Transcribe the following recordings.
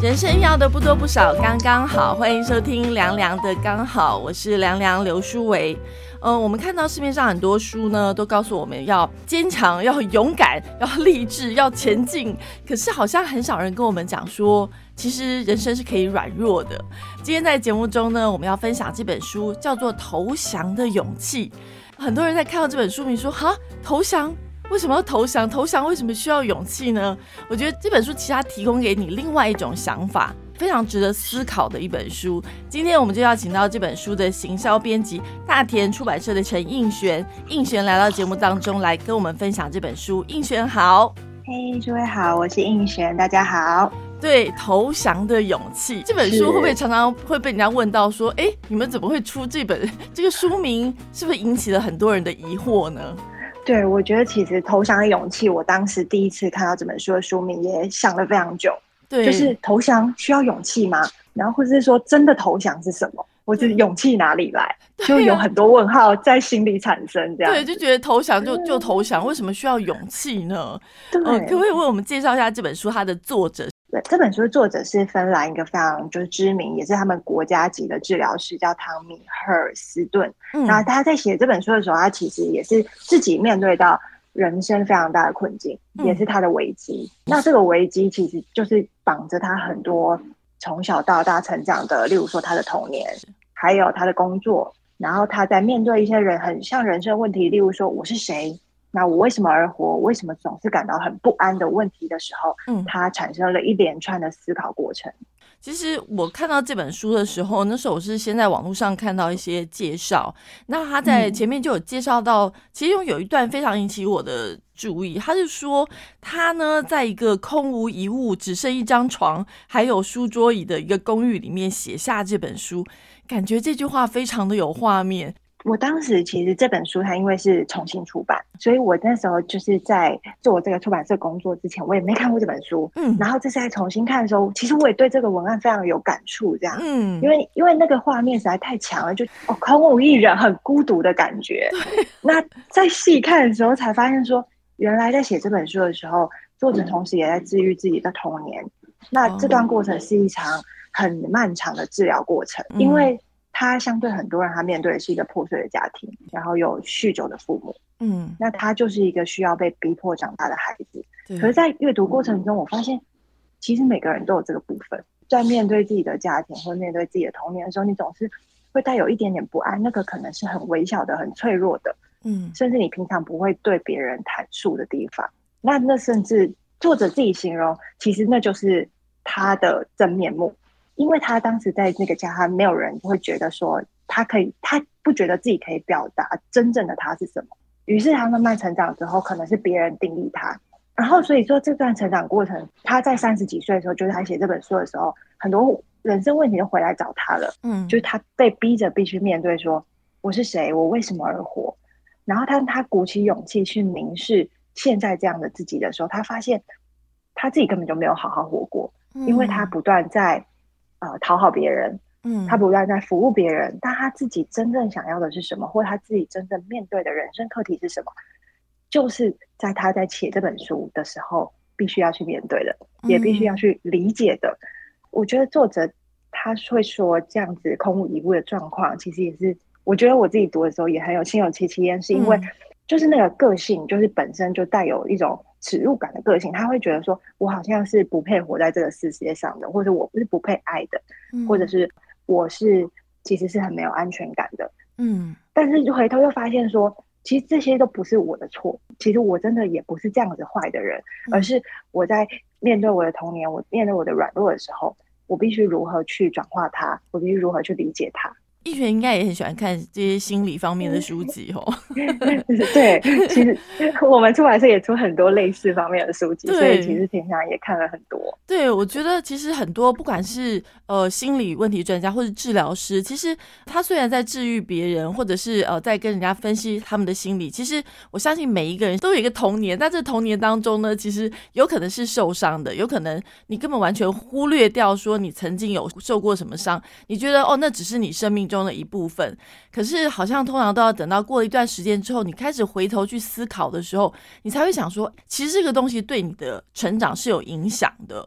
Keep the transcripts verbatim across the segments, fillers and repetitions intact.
人生要的不多不少，刚刚好。欢迎收听凉凉的刚好，我是凉凉刘书维。呃，我们看到市面上很多书呢，都告诉我们要坚强、要勇敢、要励志、要前进。可是好像很少人跟我们讲说，其实人生是可以软弱的。今天在节目中呢，我们要分享这本书，叫做《投降的勇气》。很多人在看到这本书名说，哈，投降？为什么要投降？投降为什么需要勇气呢？我觉得这本书其实它提供给你另外一种想法，非常值得思考的一本书。今天我们就要请到这本书的行销编辑大田出版社的陈映璇，映璇来到节目当中来跟我们分享这本书。映璇好。 嘿，诸位好，我是映璇，大家好。 对，投降的勇气这本书会不会常常会被人家问到说，哎，你们怎么会出这本？这个书名是不是引起了很多人的疑惑呢？ 对，我觉得其实投降的勇气，我当时第一次看到这本书的书名也想了非常久。对，就是投降需要勇气吗？然后或者是说真的投降是什么？或者勇气哪里来？就有很多问号在心里产生，这样对，就觉得投降就就投降，为什么需要勇气呢？对，呃、可不可以为我们介绍一下这本书它的作者？ 对，这本书的作者是芬兰一个非常就是知名，也是他们国家级的治疗师，叫汤米·赫尔斯顿。嗯，然后他在写这本书的时候，他其实也是自己面对到人生非常大的困境，嗯，也是他的危机。那这个危机其实就是绑着他很多从小到大成长的，例如说他的童年，还有他的工作。然后他在面对一些人很像人生问题，例如说我是谁？那我为什么而活？我为什么总是感到很不安的问题的时候，嗯，他产生了一连串的思考过程。 其实我看到这本书的时候，那时候我是先在网络上看到一些介绍，那他在前面就有介绍到，嗯，其中有一段非常引起我的注意，他是说他呢在一个空无一物，只剩一张床还有书桌椅的一个公寓里面写下这本书，感觉这句话非常的有画面。 我当时其实这本书它因为是重新出版，所以我那时候就是在做这个出版社工作之前，我也没看过这本书。嗯，然后这次在重新看的时候，其实我也对这个文案非常有感触，这样。嗯，因为因为那个画面实在太强了，就哦空无一人，很孤独的感觉。那在细看的时候才发现说，原来在写这本书的时候，作者同时也在治愈自己的童年。那这段过程是一场很漫长的治疗过程，因为他相对很多人，他面对的是一个破碎的家庭，然后有酗酒的父母，嗯，那他就是一个需要被逼迫长大的孩子。可是在阅读过程中，我发现其实每个人都有这个部分，在面对自己的家庭或面对自己的童年的时候，你总是会带有一点点不安，那个可能是很微小的、很脆弱的，嗯，甚至你平常不会对别人阐述的地方。那那甚至作者自己形容，其实那就是他的真面目。因为他当时在那个家，他没有人会觉得说他可以，他不觉得自己可以表达真正的他是什么。于是他慢慢成长之后，可能是别人定义他。然后所以说这段成长过程，他在三十几岁的时候，就是他写这本书的时候，很多人生问题就回来找他了。嗯，就是他被逼着必须面对说我是谁，我为什么而活。然后他他鼓起勇气去凝视现在这样的自己的时候，他发现他自己根本就没有好好活过，因为他不断在呃，讨好别人，嗯，他不断在服务别人，但他自己真正想要的是什么，或他自己真正面对的人生课题是什么，就是在他在写这本书的时候必须要去面对的，也必须要去理解的。嗯，我觉得作者他会说这样子空无一物的状况，其实也是我觉得我自己读的时候也很有心有戚戚焉，是因为就是那个个性就是本身就带有一种耻辱感的个性，他会觉得说我好像是不配活在这个世界上的，或者我不是不配爱的，嗯，或者是我是其实是很没有安全感的。嗯，但是回头又发现说其实这些都不是我的错，其实我真的也不是这样子坏的人，而是我在面对我的童年，我面对我的软弱的时候，我必须如何去转化它，我必须如何去理解它。 映璇应该也很喜欢看这些心理方面的书籍哦。 对，其实我们出版社也出很多类似方面的书籍，所以其实平常也看了很多。 对，我觉得其实很多不管是呃心理问题专家或是治疗师，其实他虽然在治愈别人，或者是呃在跟人家分析他们的心理，其实我相信每一个人都有一个童年，但这童年当中呢，其实有可能是受伤的，有可能你根本完全忽略掉说你曾经有受过什么伤，你觉得哦那只是你生命中的一部分，可是好像通常都要等到过了一段时间之后，你开始回头去思考的时候，你才会想说其实这个东西对你的成长是有影响的。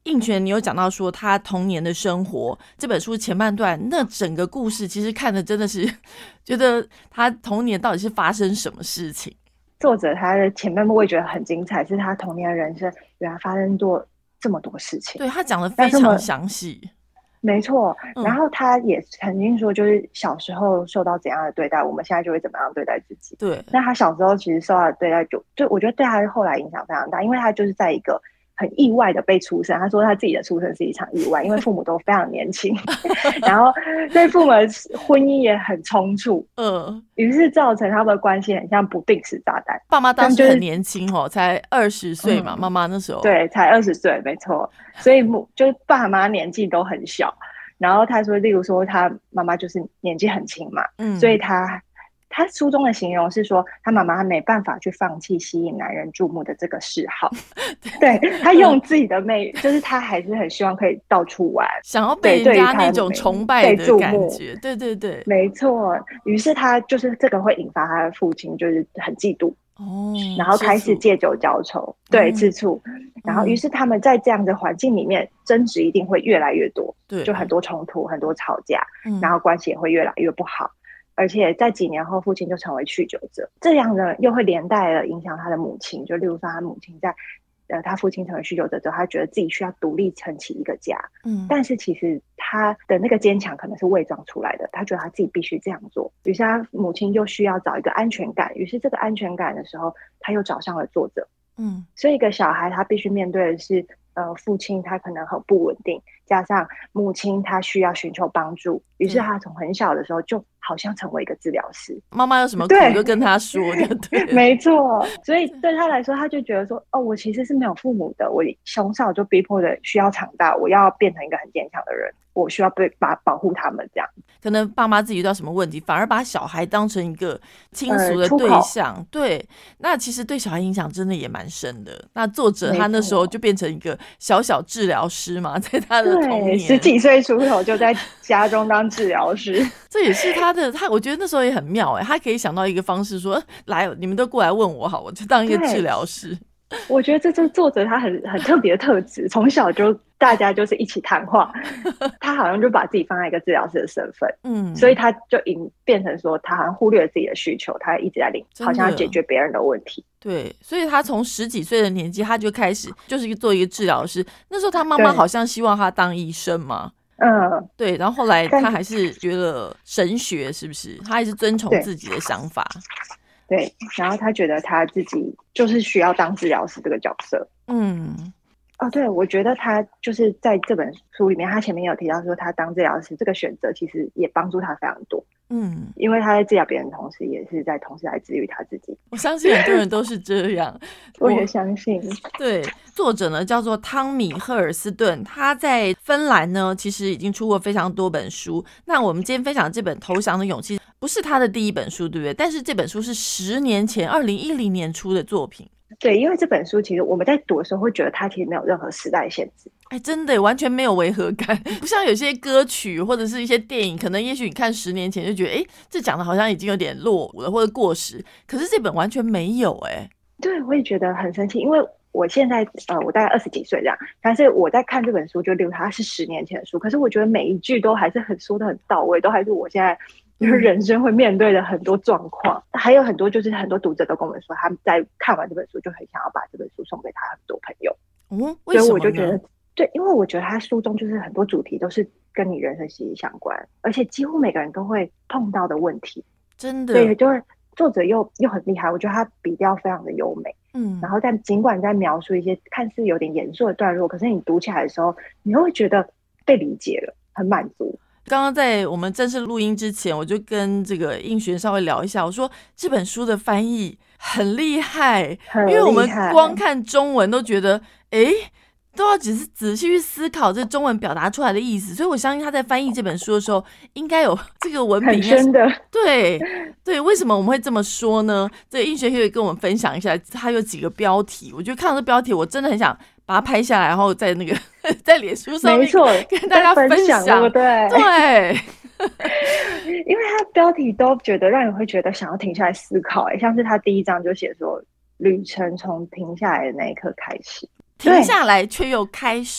应璇你有讲到说他童年的生活，这本书前半段那整个故事其实看的真的是觉得他童年到底是发生什么事情。 作者他的前半部我也觉得很精彩，是他童年的人生原来发生过这么多事情， 对，他讲的非常详细。 没错，然后他也曾经说就是小时候受到怎样的对待，我们现在就会怎么样对待自己。 对， 那他小时候其实受到的对待就就我觉得对他后来影响非常大，因为他就是在一个很意外的被出生，他说他自己的出生是一场意外，因为父母都非常年轻然后对父母的婚姻也很冲突，嗯，于是造成他们的关系很像不定时炸弹。 爸妈当时很年轻哦，才二十岁嘛，妈妈那时候对才二十岁，没错，所以就是爸妈年纪都很小。然后他说例如说他妈妈就是年纪很轻嘛，嗯，所以他他书中的形容是说他妈妈没办法去放弃吸引男人注目的这个嗜好对，他用自己的魅就是他还是很希望可以到处玩， 想要被人家那种崇拜的感觉，对对对， 没错，于是他就是这个会引发他的父亲就是很嫉妒哦，然后开始借酒浇愁，对，吃醋，然后于是他们在这样的环境里面争执一定会越来越多，对，就很多冲突，很多吵架，然后关系也会越来越不好，而且在几年后父亲就成为酗酒者，这样呢又会连带了影响他的母亲，就例如说他母亲在呃，他父亲成为酗酒者之后，他觉得自己需要独立撑起一个家，嗯，但是其实他的那个坚强可能是伪装出来的，他觉得他自己必须这样做，于是他母亲就需要找一个安全感，于是这个安全感的时候，他又找上了作者，嗯，所以一个小孩他必须面对的是呃，父亲他可能很不稳定，加上母亲他需要寻求帮助，于是他从很小的时候就好像成为一个治疗师， 妈妈有什么苦就跟他说的，对， 没错，所以对他来说他就觉得说哦，我其实是没有父母的，我从小就逼迫的需要长大，我要变成一个很坚强的人，我需要被把保护他们，这样可能爸妈自己遇到什么问题，反而把小孩当成一个倾诉的对象、呃、对，那其实对小孩影响真的也蛮深的。那作者他那时候就变成一个小小治疗师嘛，在他的童年十几岁出头就在家中当治疗师这也是他的他我觉得那时候也很妙哎，他可以想到一个方式说来你们都过来问我好，我就当一个治疗师。 我觉得这就是作者他很很特别的特质，从小就大家就是一起谈话他好像就把自己放在一个治疗师的身份，嗯，所以他就引变成说他好像忽略了自己的需求，他一直在领好像要解决别人的问题， 对，所以他从十几岁的年纪他就开始就是做一个治疗师，那时候他妈妈好像希望他当医生嘛，嗯，对，然后后来他还是学了神学，是不是他还是遵从自己的想法， 对，然后他觉得他自己就是需要当治疗师这个角色。嗯，哦，对，我觉得他就是在这本书里面，他前面有提到说，他当治疗师这个选择其实也帮助他非常多。嗯，因为他在治疗别人的同时，也是在同时来治愈他自己。 我相信很多人都是这样， 我也相信。 对，作者呢叫做汤米·赫尔斯顿，他在芬兰呢其实已经出过非常多本书。那我们今天分享这本《投降的勇气》不是他的第一本书，对不对？但是这本书是十年前，二零一零年出的作品。 对，因为这本书其实我们在读的时候会觉得它其实没有任何时代限制， 哎，真的完全没有违和感，不像有些歌曲或者是一些电影，可能也许你看十年前就觉得哎，这讲的好像已经有点落伍了或者过时，可是这本完全没有。哎， 对，我也觉得很生气，因为我现在呃，我大概二十几岁这样，但是我在看这本书就例如它是十年前的书，可是我觉得每一句都还是很说的很到位，都还是我现在就是人生会面对的很多状况，嗯，还有很多就是很多读者都跟我们说，他们在看完这本书就很想要把这本书送给他很多朋友。嗯，为什么呢？所以我就觉得，对，因为我觉得他书中就是很多主题都是跟你人生息息相关，而且几乎每个人都会碰到的问题， 真的。 对，就是作者又又很厉害，我觉得他笔调非常的优美。嗯，然后但尽管在描述一些看似有点严肃的段落，可是你读起来的时候，你会觉得被理解了，很满足。 刚刚在我们正式录音之前，我就跟这个应璇稍微聊一下，我说这本书的翻译很厉害，因为我们光看中文都觉得哎，都要只是仔细去思考这中文表达出来的意思，所以我相信他在翻译这本书的时候应该有这个文笔很深的。 对对，为什么我们会这么说呢？这个应璇可以跟我们分享一下，他有几个标题，我觉得看到这标题我真的很想把它拍下来，然后在那个在脸书上面没错跟大家分享， 对不对？ 对因为它标题都觉得让人会觉得想要停下来思考，欸，像是他第一章就写说旅程从停下来的那一刻开始， 停下来却又开始。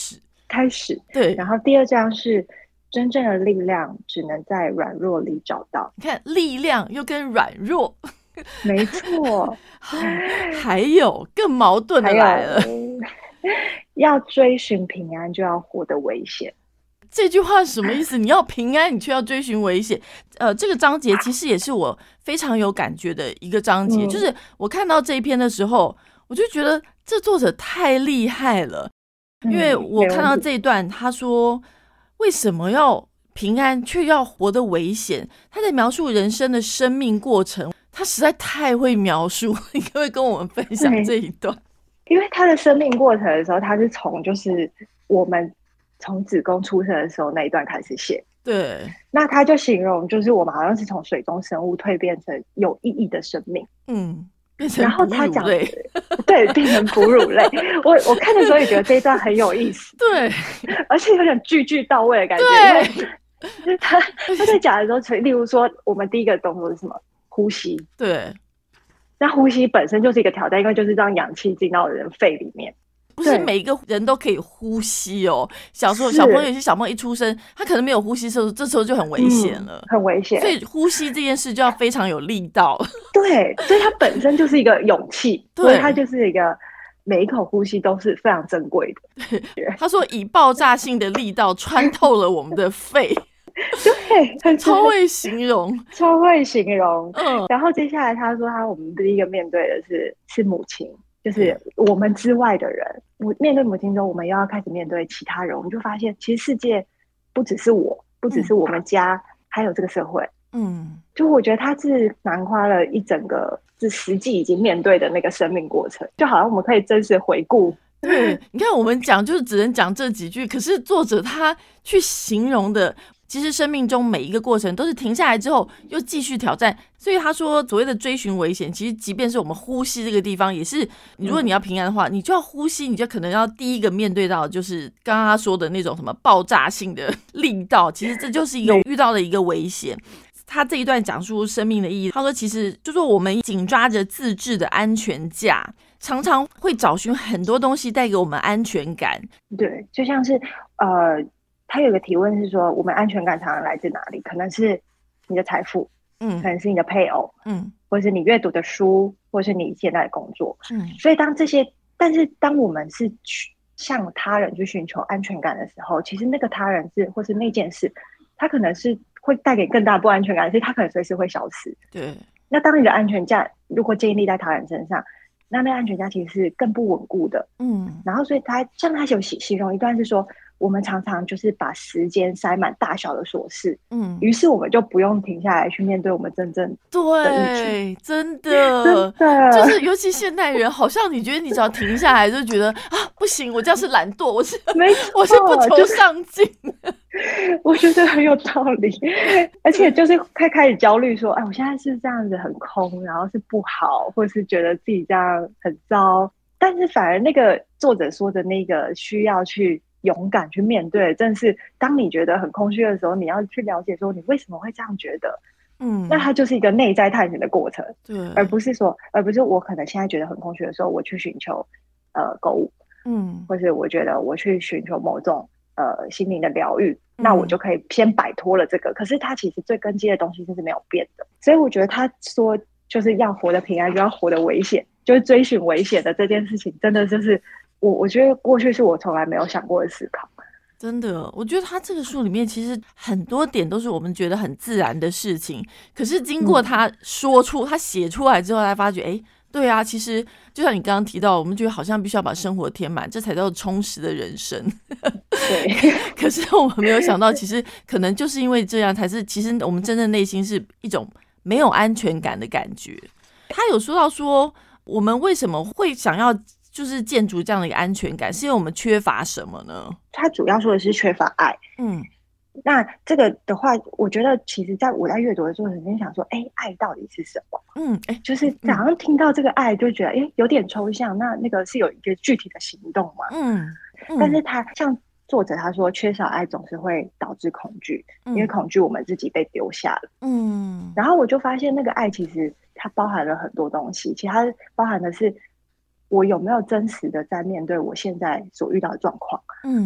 开始。 对， 然后第二章是真正的力量只能在软弱里找到。 你看，力量又跟软弱， 没错。 还有更矛盾的来了， 要追寻平安，就要活得危险。 这句话是什么意思？你要平安，你却要追寻危险。呃，这个章节其实也是我非常有感觉的一个章节，嗯、就是我看到这一篇的时候，我就觉得这作者太厉害了，嗯、因为我看到这一段，他说为什么要平安，却要活得危险？他在描述人生的生命过程，他实在太会描述。你可不可以跟我们分享这一段？ 因为他的生命过程的时候，他是从就是我们。从子宫出生的时候那一段开始写， 对， 那他就形容就是我们好像是从水中生物蜕变成有意义的生命， 嗯，变成然后他讲对，变成哺乳类。我我看的时候也觉得这一段很有意思， 对， 而且有点句句到位的感觉。因为他他在讲的时候，例如说我们第一个动作是什么？呼吸， 对， 那呼吸本身就是一个挑战，因为就是让氧气进到人肺里面。 不是每一个人都可以呼吸哦。小时候小朋友有些小朋友一出生，他可能没有呼吸的时候，这时候就很危险了、 嗯，很危险。 所以呼吸这件事就要非常有力道。 对，所以它本身就是一个勇气，所以它就是一个每一口呼吸都是非常珍贵的。 他说以爆炸性的力道穿透了我们的肺。 对， 超会形容， 超会形容。嗯，然后接下来他说他我们第一个面对的是是母亲。就是我们之外的人，我面对母亲之后，我们又要开始面对其他人，我们就发现，其实世界不只是我，不只是我们家，嗯、还有这个社会。嗯，就我觉得他是囊括了一整个，是实际已经面对的那个生命过程，就好像我们可以真实回顾。 对，你看我们讲就是只能讲这几句，可是作者他去形容的。其实生命中每一个过程都是停下来之后又继续挑战，所以他说所谓的追寻危险，其实即便是我们呼吸这个地方也是，如果你要平安的话，你就要呼吸，你就可能要第一个面对到就是刚刚他说的那种什么爆炸性的力道，其实这就是一个遇到的一个危险。他这一段讲述生命的意义，他说其实就说我们紧抓着自制的安全架，常常会找寻很多东西带给我们安全感。 对，就像是呃他有个提问是说，我们安全感常常来自哪里？可能是你的财富，嗯，可能是你的配偶，嗯，或者是你阅读的书，或者是你现在的工作，嗯。所以当这些，但是当我们是去向他人去寻求安全感的时候，其实那个他人是，或是那件事，他可能是会带给更大不安全感，所以他可能随时会消失。 对。 那当你的安全架如果建立在他人身上，那那安全架其实是更不稳固的，嗯。然后所以他像他有形容一段是说。我们常常就是把时间塞满大小的琐事，嗯，于是我们就不用停下来去面对我们真正的议题。 真的，真的，就是尤其现代人，好像你觉得你只要停下来，就觉得啊，不行，我这样是懒惰，我是没错， 我是不求上进。 就是我觉得很有道理，而且就是开开始焦虑说，哎，我现在是这样子很空，然后是不好，或是觉得自己这样很糟。但是反而那个作者说的那个需要去。勇敢去面对，正是当你觉得很空虚的时候，你要去了解说你为什么会这样觉得，嗯，那它就是一个内在探险的过程， 对， 而不是说，而不是我可能现在觉得很空虚的时候，我去寻求呃购物，嗯，或是我觉得我去寻求某种呃心灵的疗愈，那我就可以先摆脱了这个。可是它其实最根基的东西是没有变的，所以我觉得他说就是要活得平安，就要活得危险，就是追寻危险的这件事情，真的就是。我我觉得过去是我从来没有想过的思考， 真的，我觉得他这个书里面其实很多点都是我们觉得很自然的事情，可是经过他说出、嗯、他写出来之后，才发觉，哎，对啊，其实就像你刚刚提到，我们觉得好像必须要把生活填满，这才叫充实的人生。 对， 可是我们没有想到，其实可能就是因为这样，才是其实我们真正内心是一种没有安全感的感觉。他有说到说，我们为什么会想要？就是建筑这样的一个安全感，是因为我们缺乏什么呢？ 他主要说的是缺乏爱。嗯，那这个的话，我觉得其实在我在阅读的时候，曾经想说，哎，爱到底是什么？嗯，哎，就是好像听到这个爱，就觉得哎有点抽象。那那个是有一个具体的行动吗？嗯，嗯但是他像作者他说，缺少爱总是会导致恐惧，嗯、因为恐惧我们自己被丢下了。嗯，然后我就发现那个爱其实它包含了很多东西，其实它包含的是。我有没有真实的在面对我现在所遇到的状况？嗯，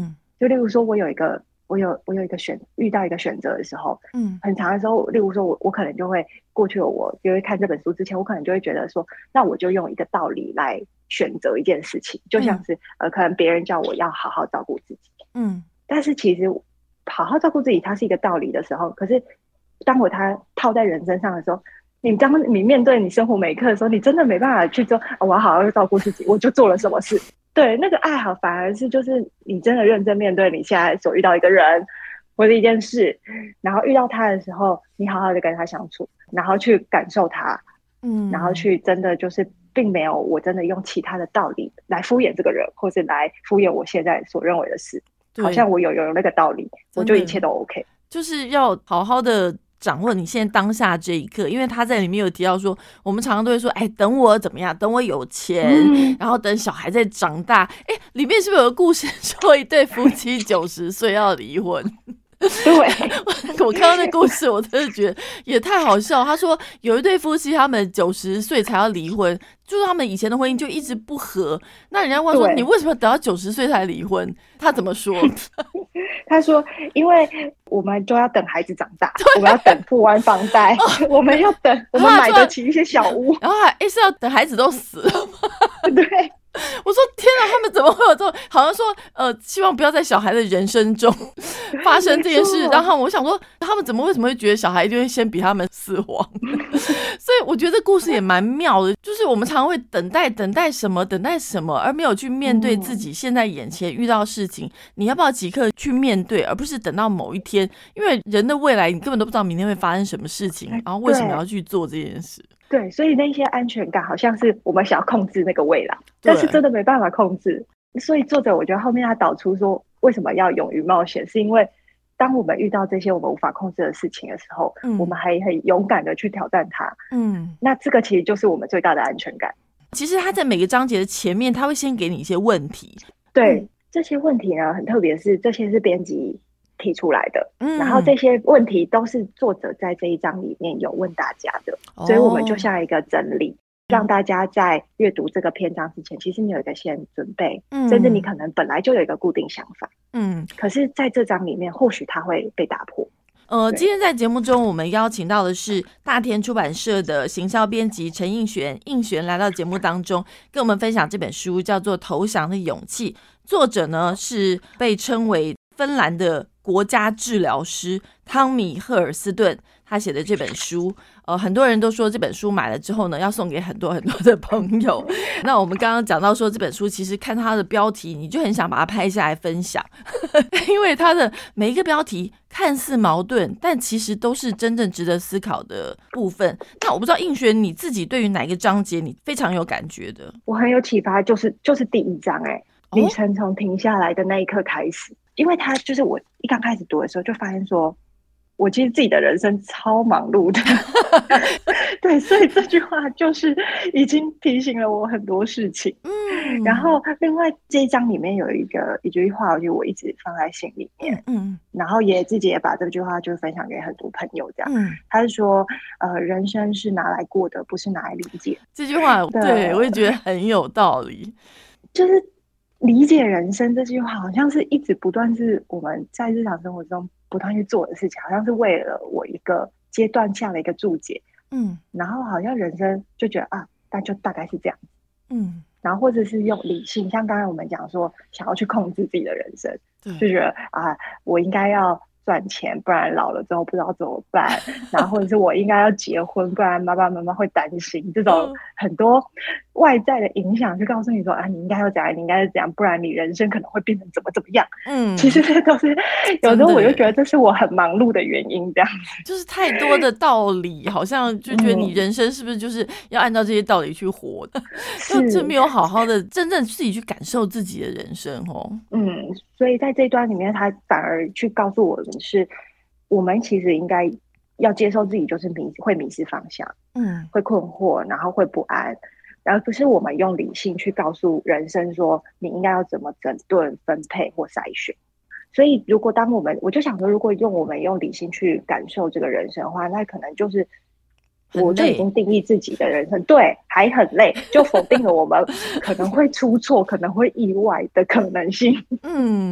就例如说我有一个我有我有一个选遇到一个选择的时候，嗯，很长的时候，例如说我我可能就会过去，我就会看这本书之前，我可能就会觉得说，那我就用一个道理来选择一件事情，就像是、嗯、呃，可能别人叫我要好好照顾自己，嗯，但是其实好好照顾自己，它是一个道理的时候，可是当我它套在人身上的时候，你当你面对你生活每一刻的时候，你真的没办法去做、哦、我要好好照顾自己，我就做了什么事。对，那个爱好反而是就是你真的认真面对你现在所遇到一个人或者一件事，然后遇到他的时候，你好好的跟他相处，然后去感受他，嗯，然后去真的就是并没有我真的用其他的道理来敷衍这个人，或是来敷衍我现在所认为的事，好像我有有那个道理，我就一切都 OK， 就是要好好的掌握你现在当下这一刻，因为他在里面有提到说，我们常常都会说，哎，等我怎么样，等我有钱，嗯、然后等小孩再长大。哎，里面是不是有个故事说一对夫妻九十岁要离婚？ 对， 我看到那故事，我真的觉得也太好笑。他说有一对夫妻，他们九十岁才要离婚，就是他们以前的婚姻就一直不和。那人家问说，你为什么等到九十岁才离婚？他怎么说？ 他说，因为我们就要等孩子长大，我们要等付完房贷，哦、我们要等我们买得起一些小屋， 然后还哎是要等孩子都死了吗？ 对。 我说天哪，他们怎么会有这种？好像说呃，希望不要在小孩的人生中发生这件事。然后我想说，他们怎么为什么会觉得小孩一定会先比他们死亡？所以我觉得这故事也蛮妙的，就是我们常常会等待等待什么等待什么，而没有去面对自己现在眼前遇到的事情。你要不要即刻去面对，而不是等到某一天？因为人的未来你根本都不知道明天会发生什么事情，然后为什么要去做这件事？ 对，所以那些安全感好像是我们想要控制那个未来，但是真的没办法控制。所以作者我觉得后面他导出说，为什么要勇于冒险，是因为当我们遇到这些我们无法控制的事情的时候，嗯、我们还很勇敢的去挑战它。嗯，那这个其实就是我们最大的安全感。 其实他在每个章节的前面，他会先给你一些问题。 对，嗯、这些问题呢，很特别，是这些是编辑提出来的，嗯，然后这些问题都是作者在这一章里面有问大家的，哦、所以我们就像一个整理，让大家在阅读这个篇章之前，其实你有一个先准备，嗯，甚至你可能本来就有一个固定想法，嗯，可是在这章里面，或许它会被打破。 呃，今天在节目中，我们邀请到的是大田出版社的行销编辑陈映璇，映璇来到节目当中，跟我们分享这本书，叫做《投降的勇气》。作者呢是被称为芬兰的国家治疗师汤米·赫尔斯顿，他写的这本书，呃，很多人都说这本书买了之后呢，要送给很多很多的朋友。那我们刚刚讲到说，这本书其实看它的标题，你就很想把它拍下来分享，因为它的每一个标题看似矛盾，但其实都是真正值得思考的部分。那我不知道映璇你自己对于哪一个章节你非常有感觉的？ 我很有启发，就是就是第一章、欸，哎，旅程从停下来的那一刻开始。因为他就是我一刚开始读的时候就发现说，我其实自己的人生超忙碌的，对，所以这句话就是已经提醒了我很多事情。嗯，然后另外这一章里面有一个一句话，我觉得我一直放在心里面，嗯，然后也自己也把这句话就分享给很多朋友，这样，嗯，他是说，呃，人生是拿来过的，不是拿来理解。 这句话，对，我也觉得很有道理， 就是。理解人生这句话好像是一直不断是我们在日常生活中不断去做的事情，好像是为了我一个阶段下了一个注解，嗯，然后好像人生就觉得啊，那就大概是这样，嗯，然后或者是用理性，像刚才我们讲说想要去控制自己的人生，就觉得啊，我应该要赚钱，不然老了之后不知道怎么办，然后或者是我应该要结婚，不然爸爸妈妈会担心，这种很多外在的影响就告诉你说啊，你应该要怎样，你应该要怎样，不然你人生可能会变成怎么怎么样。嗯，其实这都是有时候我就觉得这是我很忙碌的原因，这样子就是太多的道理，好像就觉得你人生是不是就是要按照这些道理去活的，就真没有好好的真正自己去感受自己的人生哦。 嗯，所以在这一段里面，他反而去告诉我们是，我们其实应该要接受自己就是迷会迷失方向，嗯，会困惑，然后会不安。然后不是我们用理性去告诉人生说你应该要怎么整顿分配或筛选。所以如果当我们我就想说如果用我们用理性去感受这个人生的话，那可能就是我就已经定义自己的人生，对，还很累，就否定了我们可能会出错可能会意外的可能性。嗯，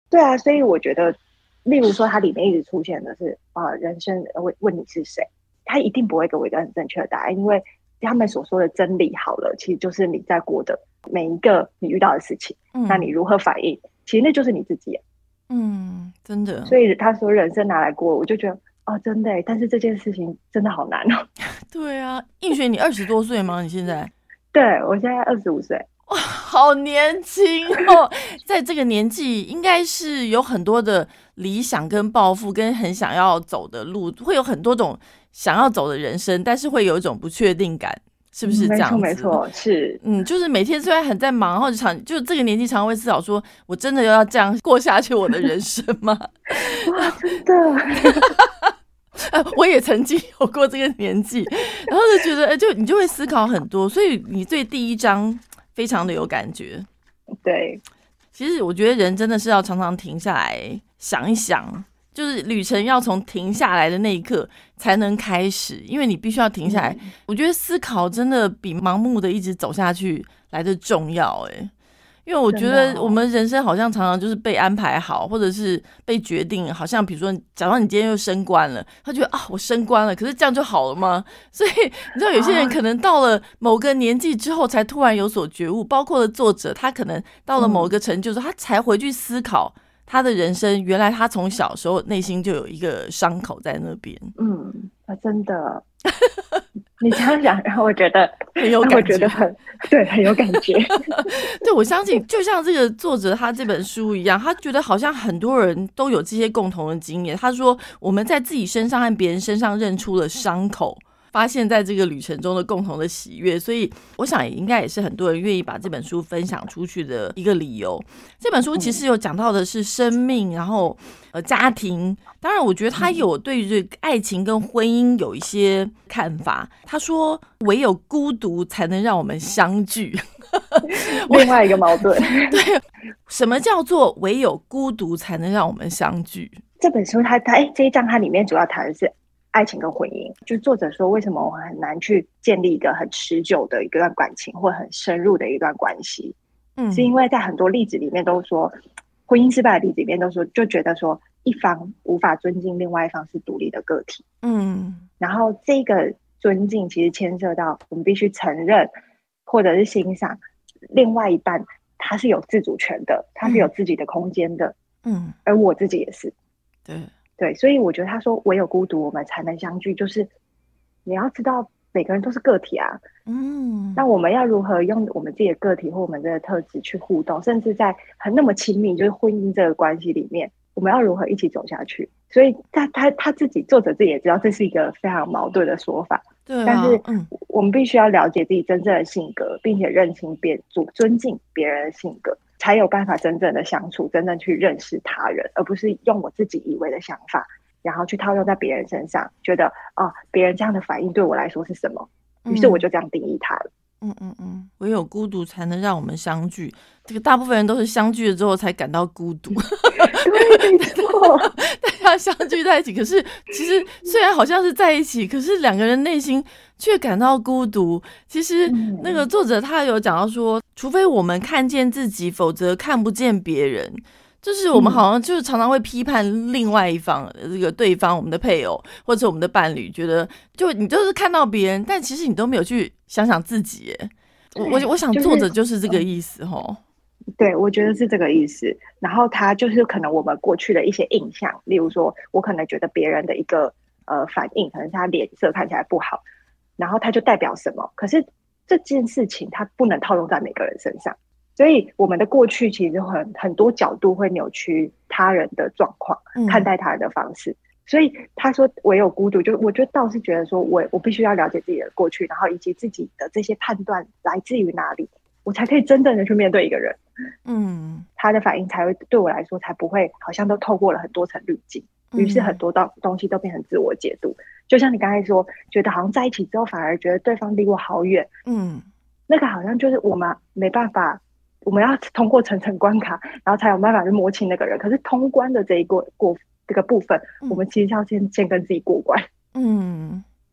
对啊，所以我觉得，例如说，它里面一直出现的是啊、呃，人生问问你是谁，他一定不会给我一个很正确的答案，因为他们所说的真理好了，其实就是你在过的每一个你遇到的事情，嗯、那你如何反应，其实那就是你自己。 嗯，真的。 所以他说人生拿来过，我就觉得哦，真的耶，但是这件事情真的好难哦。 对啊，映璇，你二十多岁吗？你现在？ 对，我现在二十五岁。 哇，好年轻哦！在这个年纪，应该是有很多的理想跟抱负，跟很想要走的路，会有很多种想要走的人生，但是会有一种不确定感，是不是这样子？ 没错，没错，是。 嗯，就是每天虽然很在忙，然后就常就这个年纪常常会思考说，我真的要这样过下去我的人生吗？ 哇，真的。 我也曾经有过这个年纪，然后就觉得，就你就会思考很多，所以你对第一章非常的有感觉。 对， 其实我觉得人真的是要常常停下来想一想，就是旅程要从停下来的那一刻才能开始，因为你必须要停下来。嗯、我觉得思考真的比盲目的一直走下去来的重要，哎。因为我觉得我们人生好像常常就是被安排好，或者是被决定，好像比如说，假如你今天又升官了，他觉得啊，我升官了，可是这样就好了吗？所以你知道，有些人可能到了某个年纪之后，才突然有所觉悟。包括了作者，他可能到了某个成就之后，他才回去思考他的人生。原来他从小时候内心就有一个伤口在那边。 嗯，啊，真的。你这样讲，然后我觉得很有感觉， 我觉得很对，很有感觉。 对，我相信就像这个作者他这本书一样，他觉得好像很多人都有这些共同的经验。他说我们在自己身上和别人身上认出了伤口，发现在这个旅程中的共同的喜悦，所以我想也应该也是很多人愿意把这本书分享出去的一个理由。这本书其实有讲到的是生命，然后呃家庭，当然我觉得他有对于这个爱情跟婚姻有一些看法。他说唯有孤独才能让我们相聚。 另外一个矛盾。 对，什么叫做唯有孤独才能让我们相聚？ 这本书它它哎这一章它里面主要谈的是爱情跟婚姻，就作者说为什么我很难去建立一个很持久的一段感情或很深入的一段关系。嗯，是因为在很多例子里面都说，婚姻失败的例子里面都说，就觉得说一方无法尊敬另外一方是独立的个体。嗯，然后这个尊敬其实牵涉到我们必须承认或者是欣赏另外一半他是有自主权的，他是有自己的空间的。嗯，而我自己也是。 对对，所以我觉得他说唯有孤独我们才能相聚，就是你要知道每个人都是个体啊。嗯，那我们要如何用我们自己的个体或我们的特质去互动，甚至在很那么亲密就是婚姻这个关系里面，我们要如何一起走下去。所以他他他自己作者自己也知道这是一个非常矛盾的说法。 对啊， 但是我们必须要了解自己真正的性格，并且认清别尊敬别人的性格，才有办法真正的相处，真正去认识他人，而不是用我自己以为的想法然后去套用在别人身上，觉得啊，别人这样的反应对我来说是什么，于是我就这样定义他了。 嗯嗯嗯，唯有孤独才能让我们相聚。这个大部分人都是相聚了之后才感到孤独。 对，没错， 大家相聚在一起，可是其实虽然好像是在一起，可是两个人内心却感到孤独。其实那个作者他有讲到说，除非我们看见自己，否则看不见别人。就是我们好像就是常常会批判另外一方，这个对方，我们的配偶或者我们的伴侣，觉得就你就是看到别人，但其实你都没有去想想自己耶。我我我想作者就是这个意思齁、就是嗯。对，我觉得是这个意思。然后他就是可能我们过去的一些印象，例如说我可能觉得别人的一个呃反应，可能是他脸色看起来不好，然后他就代表什么？可是这件事情它不能套用在每个人身上。所以我们的过去其实很很多角度会扭曲他人的状况、嗯、看待他人的方式。所以他说唯有孤独，就我就倒是觉得说我我必须要了解自己的过去，然后以及自己的这些判断来自于哪里，我才可以真正的去面对一个人。嗯，他的反应才会对我来说才不会好像都透过了很多层滤镜，于是很多东东西都变成自我解读。就像你刚才说，觉得好像在一起之后反而觉得对方离我好远。嗯，那个好像就是我们没办法。我们要通过层层关卡，然后才有办法去摸清那个人。可是通关的这一过过这个部分，我们其实要先先跟自己过关。嗯，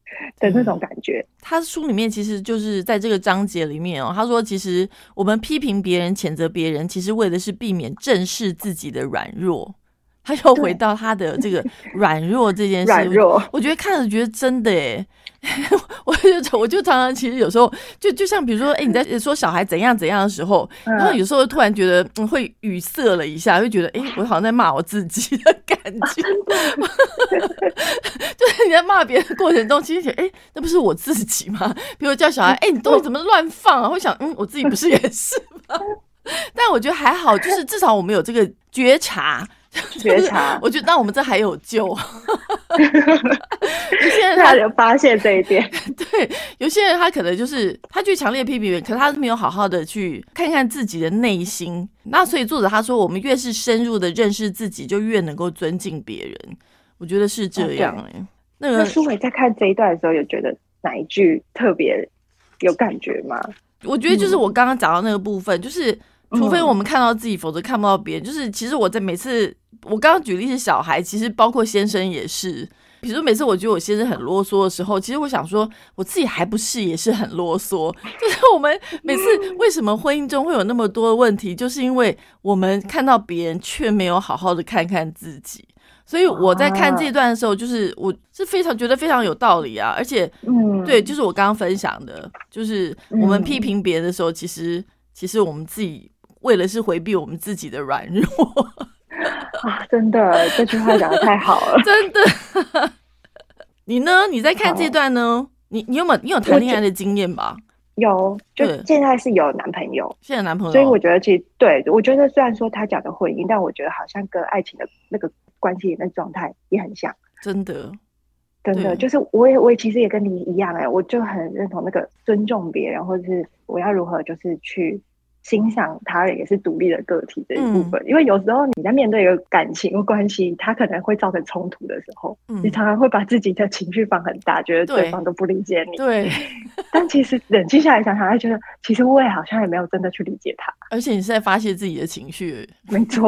的那种感觉。 嗯、他书里面其实就是在这个章节里面哦，他说其实我们批评别人、谴责别人，其实为的是避免正视自己的软弱。他又回到他的这个软弱这件事， 软弱， 我觉得看了觉得真的耶。我就我就常常其实有时候就就像比如说，哎、欸，你在说小孩怎样怎样的时候，嗯、然后有时候突然觉得、嗯、会语塞了一下，会觉得哎、欸，我好像在骂我自己的感觉。就是你在骂别人的过程中，其实觉得哎、欸，那不是我自己吗？比如叫小孩，哎、欸，你东西怎么乱放啊？会想，嗯，我自己不是也是吗？但我觉得还好，就是至少我们有这个觉察。 觉察， 我觉得那我们这还有救。有些人他有发现这一点， 对，有些人他可能就是他去强烈批评别人，可是他没有好好的去看看自己的内心。那所以作者他说，我们越是深入的认识自己，就越能够尊敬别人。我觉得是这样哎、欸。 哦、那个书伟在看这一段的时候，有觉得哪一句特别有感觉吗？ 我觉得就是我刚刚讲到那个部分，嗯、就是除非我们看到自己，嗯、否则看不到别人。就是其实我在每次。我刚刚举例是小孩，其实包括先生也是。比如说每次我觉得我先生很啰嗦的时候，其实我想说我自己还不是也是很啰嗦。就是我们每次为什么婚姻中会有那么多的问题，就是因为我们看到别人却没有好好的看看自己。所以我在看这段的时候，就是我是非常觉得非常有道理啊，而且嗯，对，就是我刚刚分享的，就是我们批评别人的时候，其实其实我们自己为了是回避我们自己的软弱。 啊，真的，这句话讲得太好了， 真的。你呢？你在看这段呢？你你有没有你有谈恋爱的经验吧？ 有，就现在是有男朋友， 现在男朋友， 所以我觉得其实对我觉得虽然说他讲的婚姻，但我觉得好像跟爱情的那个关系的状态也很像， 真的， 真的就是我也我也其实也跟你一样哎、欸，我就很认同那个尊重别人，或者是我要如何就是去。欣赏他人也是独立的个体的一部分、嗯、因为有时候你在面对一个感情或关系它可能会造成冲突的时候、嗯、你常常会把自己的情绪放很大，觉得对方都不理解你， 对， 但其实冷静下来想想会觉得其实我也好像也没有真的去理解他， 而且你是在发泄自己的情绪， 没错。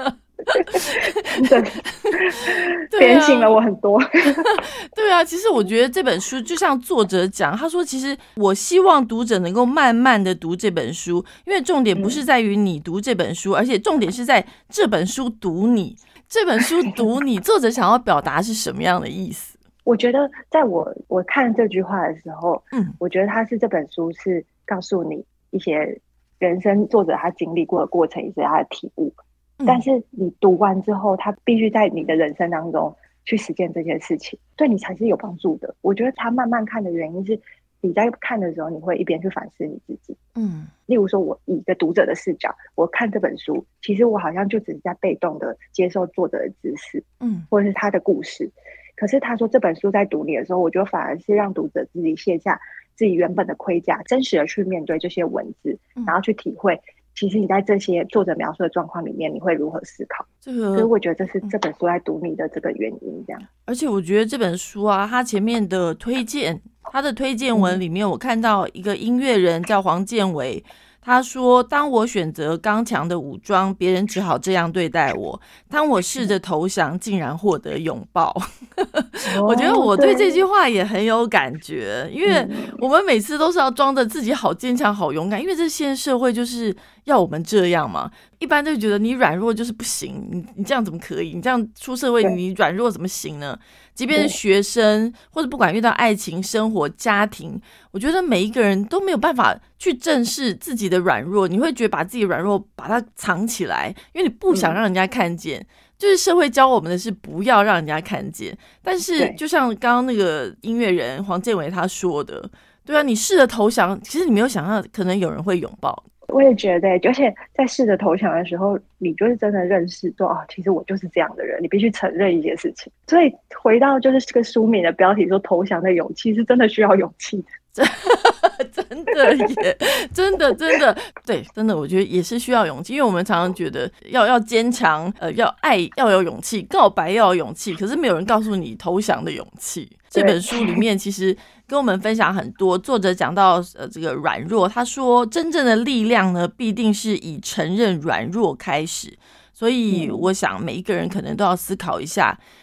对，点醒了我很多。 对啊，其实我觉得这本书就像作者讲，他说其实我希望读者能够慢慢的读这本书，因为重点不是在于你读这本书、嗯、而且重点是在这本书读你，这本书读你。作者想要表达是什么样的意思？ 我觉得在我我看这句话的时候，嗯，我觉得他是这本书是告诉你一些人生作者他经历过的过程以及他的体悟，但是你读完之后他必须在你的人生当中去实践这件事情，对你才是有帮助的。我觉得他慢慢看的原因是你在看的时候你会一边去反思你自己，嗯，例如说我以一个读者的视角我看这本书，其实我好像就只是在被动的接受作者的知识，嗯，或者是他的故事，可是他说这本书在读你的时候，我觉得反而是让读者自己卸下自己原本的盔甲，真实的去面对这些文字，然后去体会其实你在这些作者描述的状况里面你会如何思考，这个所以我觉得这是这本书在读你的这个原因这样。 而且我觉得这本书啊，它前面的推荐，它的推荐文里面我看到一个音乐人叫黄建伟，他说当我选择刚强的武装，别人只好这样对待我，当我试着投降，竟然获得拥抱。我觉得我对这句话也很有感觉，因为我们每次都是要装着自己好坚强好勇敢，因为这现在社会就是要我们这样嘛，一般就觉得你软弱就是不行，你你这样怎么可以，你这样出社会你软弱怎么行呢？即便是学生或者不管遇到爱情生活家庭，我觉得每一个人都没有办法去正视自己的软弱，你会觉得把自己的软弱把它藏起来，因为你不想让人家看见，就是社会教我们的是不要让人家看见。但是就像刚刚那个音乐人黄建伟他说的，对啊，你试着投降，其实你没有想到可能有人会拥抱。 我也觉得，而且在试着投降的时候，你就是真的认识说啊，其实我就是这样的人，你必须承认一些事情。所以回到就是这个书名的标题说投降的勇气，是真的需要勇气的。 真的耶，真的真的对，真的我觉得也是需要勇气，因为我们常常觉得要要坚强，呃，要爱要有勇气，告白要有勇气，可是没有人告诉你投降的勇气。这本书里面其实跟我们分享很多，作者讲到呃这个软弱，他说真正的力量呢，必定是以承认软弱开始。所以我想每一个人可能都要思考一下，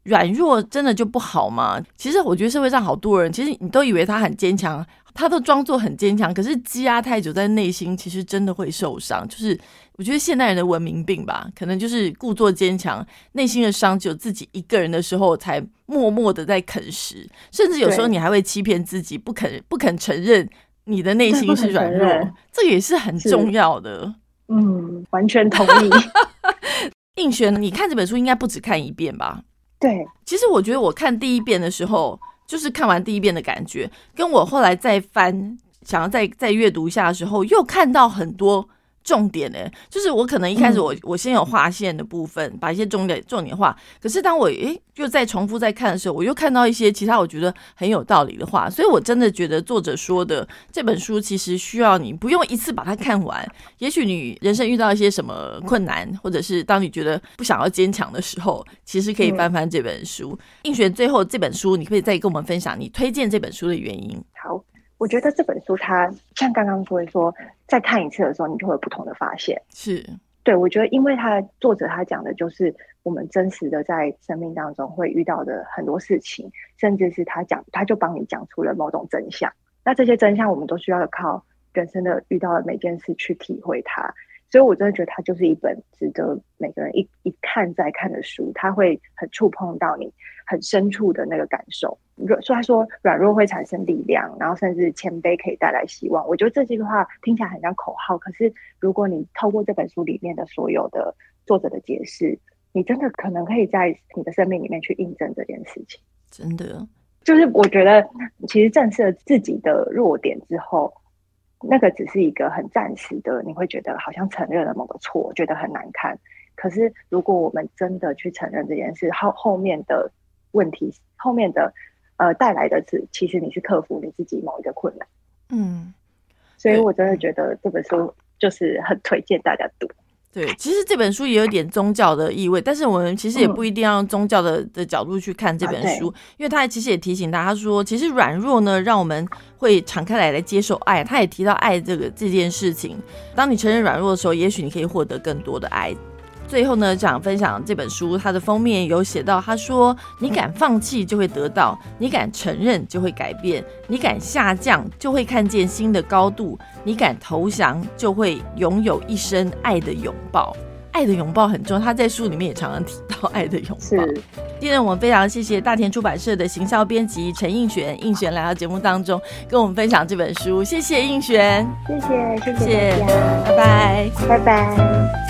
软弱真的就不好吗？其实我觉得社会上好多人，其实你都以为他很坚强，他都装作很坚强，可是积压太久，在内心其实真的会受伤。就是我觉得现代人的文明病吧，可能就是故作坚强，内心的伤只有自己一个人的时候才默默的在啃食，甚至有时候你还会欺骗自己，不肯不肯承认你的内心是软弱，这个也是很重要的。 嗯，完全同意。 映璇，你看这本书应该不只看一遍吧？ 对， 其实我觉得我看第一遍的时候，就是看完第一遍的感觉，跟我后来再翻，想要再再阅读一下的时候，又看到很多重点呢。就是我可能一开始我、嗯、我先有划线的部分，把一些重点重点画，可是当我诶又再重复再看的时候，我又看到一些其他我觉得很有道理的话，所以我真的觉得作者说的这本书其实需要你不用一次把它看完，也许你人生遇到一些什么困难，或者是当你觉得不想要坚强的时候，其实可以翻翻这本书。映璇，最后这本书你可以再跟我们分享你推荐这本书的原因。 好，我觉得这本书它像刚刚说的说，再看一次的时候，你就会有不同的发现。 是， 对，我觉得因为他作者他讲的就是我们真实的在生命当中会遇到的很多事情，甚至是他讲他就帮你讲出了某种真相。那这些真相我们都需要靠人生的遇到的每件事去体会它。所以我真的觉得它就是一本值得每个人一一看再看的书，它会很触碰到你很深处的那个感受。所以他说软弱会产生力量，然后甚至谦卑可以带来希望。我觉得这句话听起来很像口号，可是如果你透过这本书里面的所有的作者的解释，你真的可能可以在你的生命里面去印证这件事情。 真的就是我觉得其实正视了自己的弱点之后，那个只是一个很暂时的，你会觉得好像承认了某个错，觉得很难看。可是如果我们真的去承认这件事，后后面的问题，后面的呃带来的是，其实你是克服你自己某一个困难。嗯，所以我真的觉得这本书就是很推荐大家读。 对，其实这本书也有点宗教的意味，但是我们其实也不一定要用宗教的的角度去看这本书，啊、因为他其实也提醒大家说，其实软弱呢，让我们会敞开来来接受爱。他也提到爱这个这件事情，当你承认软弱的时候，也许你可以获得更多的爱。最后呢，想分享这本书，它的封面有写到，他说：“你敢放弃就会得到，你敢承认就会改变，你敢下降就会看见新的高度，你敢投降就会拥有一生爱的拥抱。”爱的拥抱很重要，他在书里面也常常提到爱的拥抱。今天我们非常谢谢大田出版社的行销编辑陈映璇，映璇来到节目当中跟我们分享这本书，谢谢映璇， 谢谢谢谢大家， 拜拜， 拜拜。